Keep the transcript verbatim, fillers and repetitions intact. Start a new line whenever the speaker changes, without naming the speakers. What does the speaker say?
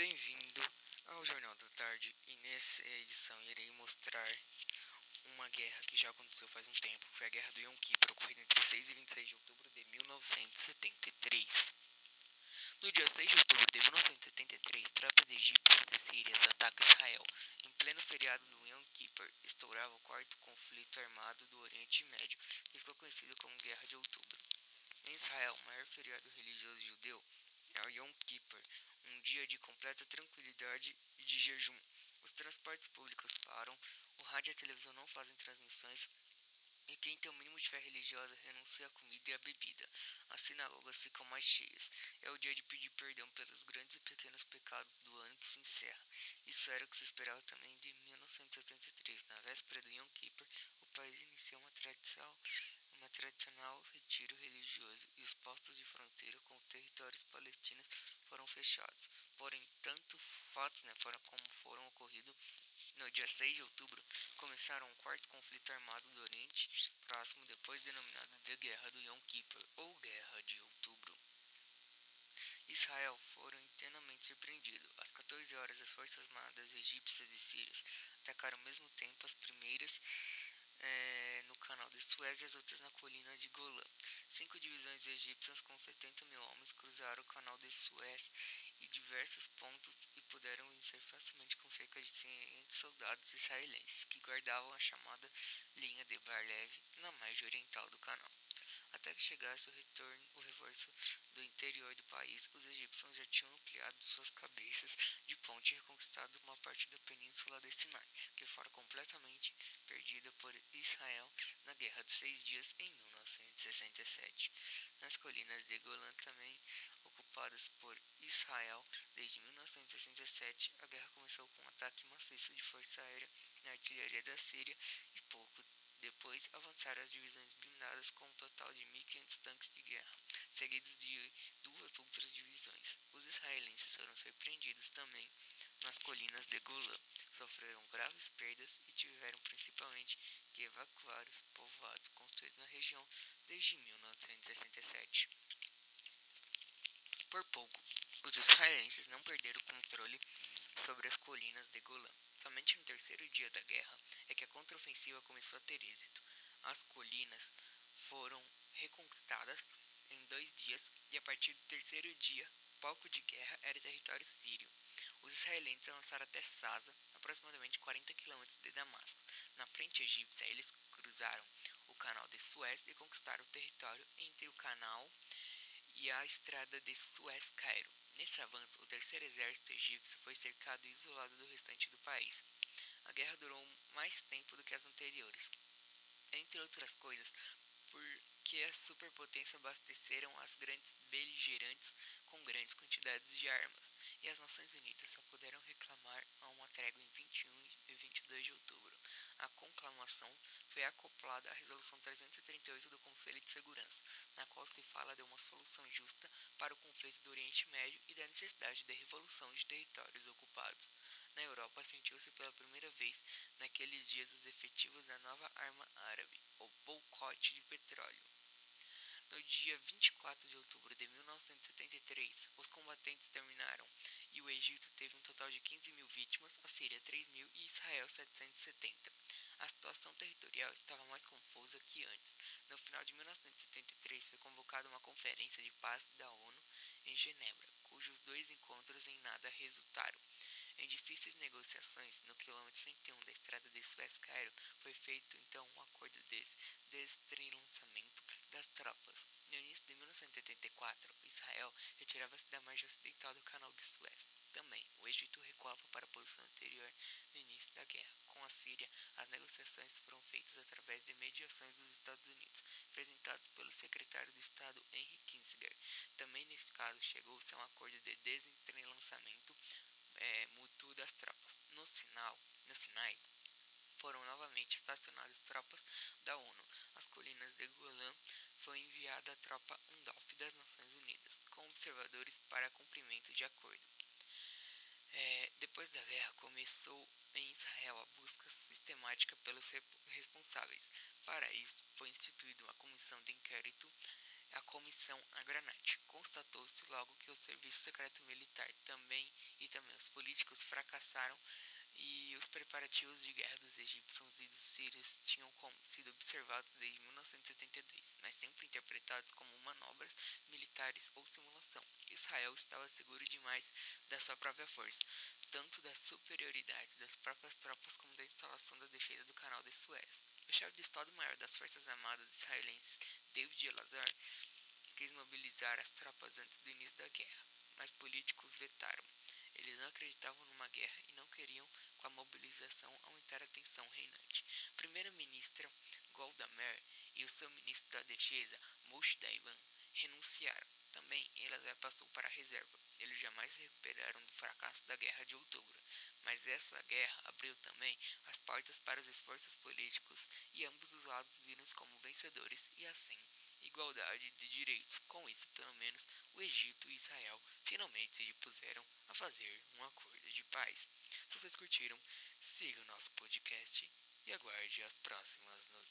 Bem-vindo ao Jornal da Tarde e nessa edição irei mostrar uma guerra que já aconteceu faz um tempo. Foi a Guerra do Yom Kippur, ocorrida entre seis e vinte e seis de outubro de mil novecentos e setenta e três. No dia seis de outubro de mil novecentos e setenta e três, tropas egípcias e sírias atacam Israel. Em pleno feriado do Yom Kippur, estourava o quarto conflito armado do Oriente Médio, que ficou conhecido como Guerra de Outubro. Em Israel, o maior feriado religioso judeu é o Yom Kippur, um dia de completa tranquilidade e de jejum. Os transportes públicos param, o rádio e a televisão não fazem transmissões, e quem tem o mínimo de fé religiosa renuncia à comida e à bebida. As sinagogas ficam mais cheias. É o dia de pedir perdão pelos grandes e pequenos pecados do ano que se encerra. Isso era o que se esperava também de mil novecentos e setenta e três. Na véspera do Yom Kippur, o país iniciou uma tradição uma tradicional retiro religioso e os postos de fronteira com os territórios palestinos foram fechados. Porém, tanto fatos né, foram como foram ocorridos no dia seis de outubro, começaram um quarto conflito armado do Oriente Próximo, depois denominado de Guerra do Yom Kippur ou Guerra de Outubro. Israel foram internamente surpreendidos. Às quatorze horas, as forças armadas egípcias e sírias atacaram ao mesmo tempo as primeiras É, no canal de Suez e as outras na colina de Golã. Cinco divisões egípcias com setenta mil homens cruzaram o canal de Suez e diversos pontos e puderam vencer facilmente com cerca de quinhentos soldados israelenses que guardavam a chamada linha de Bar-Lev na margem oriental do canal. Até que chegasse o retorno, o reforço do interior do país, os egípcios já tinham ampliado suas cabeças de ponte e reconquistado uma parte da península de Sinai, que fora completamente perdida por Israel na Guerra dos Seis Dias em mil novecentos e sessenta e sete. Nas colinas de Golã, também ocupadas por Israel desde mil novecentos e sessenta e sete, a guerra começou com um ataque maciço de força aérea na artilharia da Síria e pouco depois avançaram as divisões blindadas com um total de mil e quinhentos tanques de guerra, seguidos de duas outras divisões. Os israelenses foram surpreendidos também nas colinas de Golã, sofreram graves perdas e tiveram principalmente que evacuar os povoados construídos na região desde mil novecentos e sessenta e sete. Por pouco, os israelenses não perderam o controle sobre as colinas de Golã. Somente no terceiro dia da guerra é que a contraofensiva começou a ter êxito. As colinas foram reconquistadas em dois dias e a partir do terceiro dia, o palco de guerra era território sírio. Os israelenses avançaram até Sasa, aproximadamente quarenta quilômetros de Damasco. Na frente egípcia, eles cruzaram o canal de Suez e conquistaram o território entre o canal e a estrada de Suez-Cairo. Nesse avanço, o terceiro exército egípcio foi cercado e isolado do restante do país. A guerra durou mais tempo do que as anteriores, entre outras coisas, porque as superpotências abasteceram as grandes beligerantes com grandes quantidades de armas, e as Nações Unidas só puderam reclamar a uma trégua em vinte e um e vinte e dois de outubro. A conclamação foi acoplada à Resolução trezentos e trinta e oito do Conselho de Segurança, na qual se fala de uma solução justa para o conflito do Oriente Médio e da necessidade de revolução de territórios ocupados. Na Europa, sentiu-se pela primeira vez naqueles dias os efetivos da nova arma árabe, o boicote de petróleo. No dia vinte e quatro de outubro de mil novecentos e setenta e três, os combatentes terminaram e o Egito teve um total de quinze mil vítimas, a Síria três mil e Israel setecentos e setenta. A situação territorial estava mais confusa que antes. No final de mil novecentos e setenta e três foi convocada uma conferência de paz da ONU em Genebra, cujos dois encontros em nada resultaram. Em difíceis negociações, no quilômetro cento e um da estrada de Suez-Cairo, foi feito então um acordo de desentrelançamento das tropas. No início de mil novecentos e oitenta e quatro, Israel retirava-se da margem ocidental do canal de Suez. Também, o Egito recuava para a posição anterior no início da guerra. Com a Síria, as negociações foram feitas através de mediações dos Estados Unidos, representados pelo secretário de Estado Henry Kissinger. Também neste caso, chegou-se a um acordo de desentrelançamento é, mútuo das tropas. No, sinal, no Sinai, foram novamente estacionadas tropas da ONU. As colinas de Golã foi enviada a tropa UNDOF das Nações Unidas, com observadores para cumprimento de acordo. É, depois da guerra, começou em Israel a busca sistemática pelos responsáveis. Para isso, foi instituída uma comissão de inquérito, a Comissão Agranat. Constatou-se logo que o Serviço Secreto Militar também e também o políticos fracassaram e os preparativos de guerra dos egípcios e dos sírios tinham sido observados desde mil novecentos e setenta e dois, mas sempre interpretados como manobras militares ou simulação. Israel estava seguro demais da sua própria força, tanto da superioridade das próprias tropas como da instalação da defesa do canal de Suez. O chefe de Estado-Maior das Forças Armadas israelenses, David Elazar, quis mobilizar as tropas antes do início da guerra, mas políticos vetaram. Eles não acreditavam numa guerra e não queriam, com a mobilização, aumentar a tensão reinante. A primeira-ministra Golda Meir e o seu ministro da Defesa, Moshe Dayan, renunciaram. Também, Elazar passou para a reserva. Eles jamais se recuperaram do fracasso da Guerra de Outubro. Mas essa guerra abriu também as portas para os esforços políticos e ambos os lados viram-se como vencedores e assim igualdade de direitos. Com isso, pelo menos, o Egito e Israel finalmente se dispuseram a fazer um acordo de paz. Se vocês curtiram, siga o nosso podcast e aguarde as próximas notícias.